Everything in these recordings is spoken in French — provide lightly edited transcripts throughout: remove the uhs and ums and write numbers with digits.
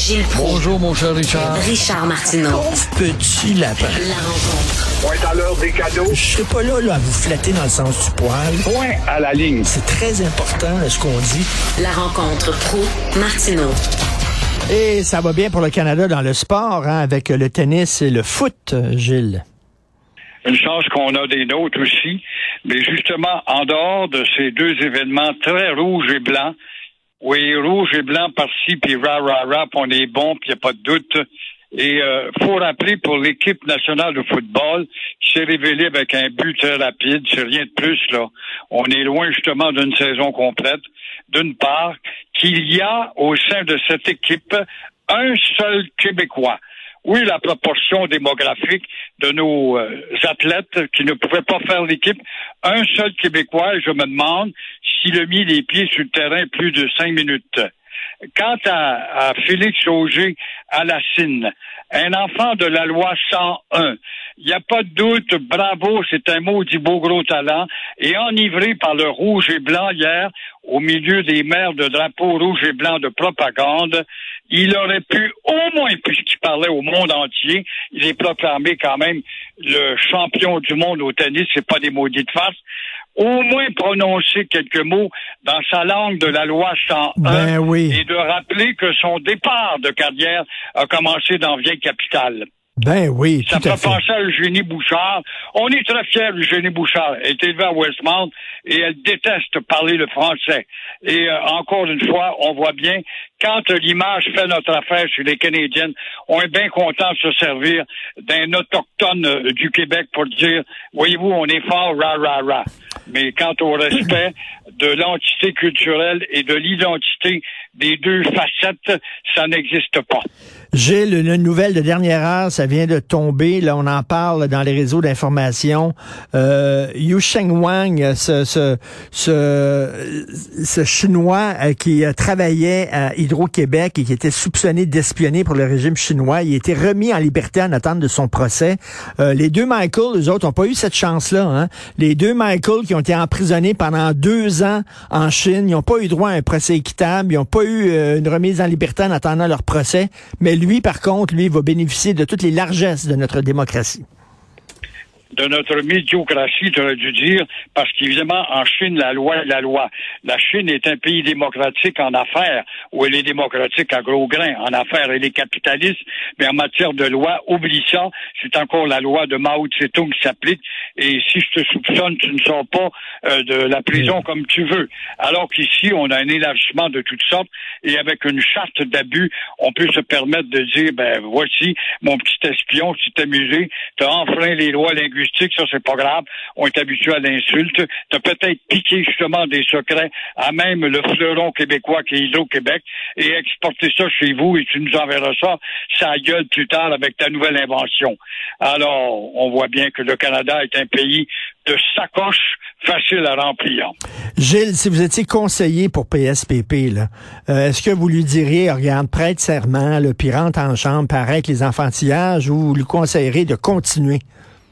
Gilles Proulx. Bonjour, mon cher Richard. Richard Martineau. Petit lapin. La rencontre. Point à l'heure des cadeaux. Je serai pas là à vous flatter dans le sens du poil. Point à la ligne. C'est très important, là, ce qu'on dit. La rencontre Proulx-Martineau. Et ça va bien pour le Canada dans le sport, hein, avec le tennis et le foot, Gilles. Une chance qu'on a des nôtres aussi. Mais justement, en dehors de ces deux événements très rouges et blancs, oui, rouge et blanc par-ci, puis ra-ra-ra, puis on est bon, puis il n'y a pas de doute. Et faut rappeler pour l'équipe nationale de football qui s'est révélée avec un but très rapide, c'est rien de plus, là. On est loin justement d'une saison complète. D'une part, qu'il y a au sein de cette équipe un seul Québécois. Oui, la proportion démographique de nos athlètes qui ne pouvaient pas faire l'équipe, un seul Québécois, et je me demande s'il a mis les pieds sur le terrain plus de 5 minutes. Quant à Félix Auger à la Cine, un enfant de la loi 101, il n'y a pas de doute, bravo, c'est un maudit beau gros talent, et enivré par le rouge et blanc hier, au milieu des maires de drapeaux rouge et blanc de propagande, il aurait pu, au moins, puisqu'il parlait au monde entier, il est proclamé quand même le champion du monde au tennis, c'est pas des maudites farces, au moins prononcer quelques mots dans sa langue de la loi 101 oui. Et de rappeler que son départ de carrière a commencé dans Vieille Capitale. Ben oui, ça tout à fait fait. penser à Eugénie Bouchard. On est très fiers d'Eugénie Bouchard. Elle est élevée à Westmount et elle déteste parler le français. Et encore une fois, on voit bien, quand l'image fait notre affaire chez les Canadiennes, on est bien content de se servir d'un autochtone du Québec pour dire, voyez-vous, on est fort, ra, ra, ra. Mais quant au respect de l'entité culturelle et de l'identité des deux facettes, ça n'existe pas. Gilles, une nouvelle de dernière heure, ça vient de tomber. Là, on en parle dans les réseaux d'information. Yu Sheng Wang, ce Chinois qui travaillait à Hydro-Québec et qui était soupçonné d'espionner pour le régime chinois, il a été remis en liberté en attente de son procès. Les deux Michael, eux autres, n'ont pas eu cette chance-là. Hein? Les deux Michael qui ont été emprisonnés pendant 2 ans en Chine, ils n'ont pas eu droit à un procès équitable, ils n'ont pas eu une remise en liberté en attendant leur procès. Mais lui, par contre, lui, va bénéficier de toutes les largesses de notre démocratie. De notre médiocratie, tu aurais dû dire, parce qu'évidemment, en Chine, la loi est la loi. La Chine est un pays démocratique en affaires, où elle est démocratique à gros grains. En affaires, elle est capitaliste, mais en matière de loi, oublie ça, c'est encore la loi de Mao Tse-tung qui s'applique, et si je te soupçonne, tu ne sors pas de la prison comme tu veux. Alors qu'ici, on a un élargissement de toutes sortes, et avec une charte d'abus, on peut se permettre de dire, ben voici, mon petit espion, tu t'es amusé, tu as enfreint les lois linguistiques, ça c'est pas grave, on est habitué à l'insulte, tu as peut-être piqué justement des secrets à même le fleuron québécois qui est Hydro-Québec et exporté ça chez vous et tu nous enverras ça gueule plus tard avec ta nouvelle invention. Alors, on voit bien que le Canada est un pays de sacoche facile à remplir. Gilles, si vous étiez conseiller pour PSPP, là, est-ce que vous lui diriez, regarde, prête serment, là, puis rentre en chambre, puis arrête les enfantillages, ou vous lui conseillerez de continuer?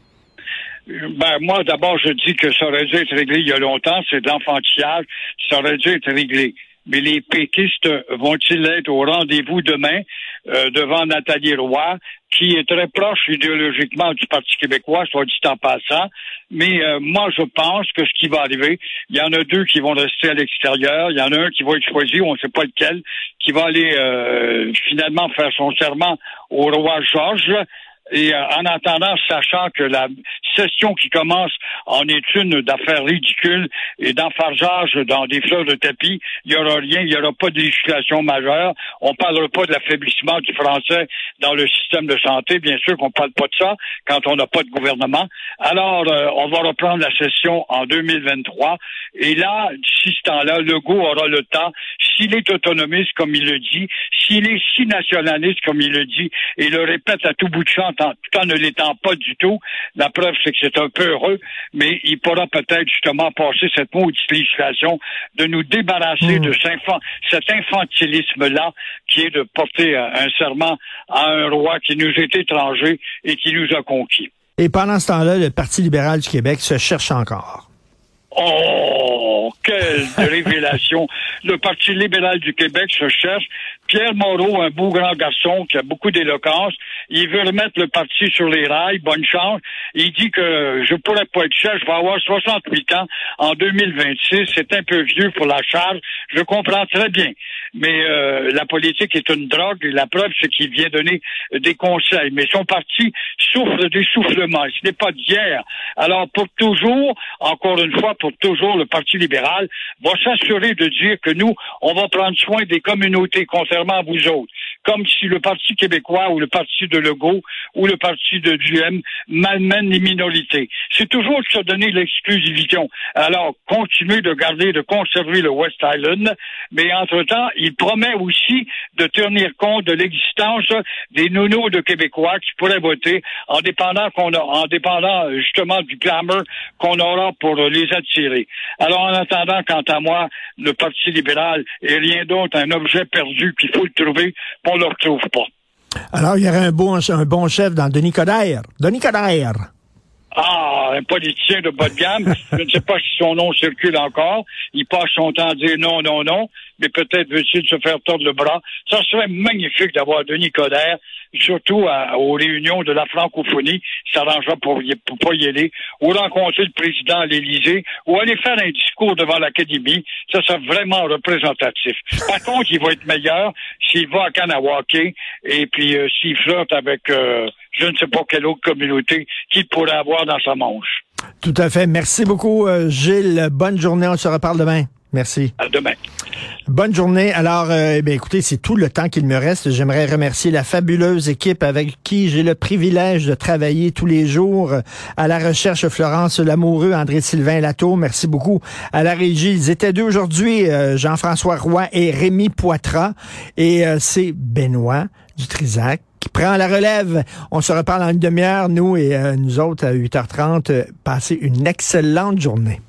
Ben, moi, d'abord, je dis que ça aurait dû être réglé il y a longtemps, c'est de l'enfantillage, ça aurait dû être réglé. Mais les péquistes vont-ils être au rendez-vous demain devant Nathalie Roy, qui est très proche idéologiquement du Parti québécois, soit dit en passant. Mais moi, je pense que ce qui va arriver, il y en a 2 qui vont rester à l'extérieur, il y en a un qui va être choisi, on ne sait pas lequel, qui va aller finalement faire son serment au roi Georges. Et en attendant, sachant que la session qui commence en est une d'affaires ridicules et d'enfargeage dans des fleurs de tapis, il n'y aura rien, il n'y aura pas de législation majeure. On ne parlera pas de l'affaiblissement du français dans le système de santé. Bien sûr qu'on ne parle pas de ça quand on n'a pas de gouvernement. Alors, on va reprendre la session en 2023. Et là, d'ici ce temps-là, Legault aura le temps, s'il est autonomiste comme il le dit, s'il est si nationaliste comme il le dit, et le répète à tout bout de champ, tout en ne l'étant pas du tout. La preuve, c'est que c'est un peu heureux, mais il pourra peut-être justement passer cette maudite législation de nous débarrasser de cet infantilisme-là qui est de porter un serment à un roi qui nous est étranger et qui nous a conquis. Et pendant ce temps-là, le Parti libéral du Québec se cherche encore. Oh, quelle révélation! Le Parti libéral du Québec se cherche Pierre Moreau, un beau grand garçon qui a beaucoup d'éloquence, il veut remettre le parti sur les rails, bonne chance. Il dit que je pourrais pas être chef, je vais avoir 68 ans en 2026, c'est un peu vieux pour la charge, je comprends très bien. Mais la politique est une drogue, et la preuve c'est qu'il vient donner des conseils. Mais son parti souffre d'essoufflement, ce n'est pas d'hier. Alors pour toujours, encore une fois, pour toujours, le Parti libéral va s'assurer de dire que nous, on va prendre soin des communautés, contrairement à vous autres. Comme si le Parti québécois ou le Parti de Legault ou le Parti de Duhem malmène les minorités. C'est toujours de se donner l'exclusivité. Alors, continuez de garder, de conserver le West Island, mais entre-temps, il promet aussi de tenir compte de l'existence des nounous de Québécois qui pourraient voter en dépendant justement du clameur qu'on aura pour les attirer. Alors, en attendant, quant à moi, le Parti libéral est rien d'autre, un objet perdu qu'il faut le trouver, on ne le retrouve pas. Alors, il y aurait un bon chef dans Denis Coderre. Denis Coderre. Ah, un politicien de bas de gamme. Je ne sais pas si son nom circule encore. Il passe son temps à dire non, non, non, mais peut-être veut-il se faire tordre le bras. Ça serait magnifique d'avoir Denis Coderre, surtout aux réunions de la francophonie. Ça s'arrangera pour pas y aller, ou rencontrer le président à l'Élysée, ou aller faire un discours devant l'Académie. Ça serait vraiment représentatif. Par contre, il va être meilleur s'il va à Kanawake et puis s'il flirte avec je ne sais pas quelle autre communauté qu'il pourrait avoir dans sa manche. Tout à fait. Merci beaucoup, Gilles. Bonne journée. On se reparle demain. Merci. À demain. Bonne journée. Alors, écoutez, c'est tout le temps qu'il me reste. J'aimerais remercier la fabuleuse équipe avec qui j'ai le privilège de travailler tous les jours. À la recherche, Florence Lamoureux, André-Sylvain Latour. Merci beaucoup. À la régie, ils étaient deux aujourd'hui, Jean-François Roy et Rémi Poitras. Et c'est Benoît Dutrisac qui prend la relève. On se reparle en une demi-heure, nous et nous autres, à 8h30. Passez une excellente journée.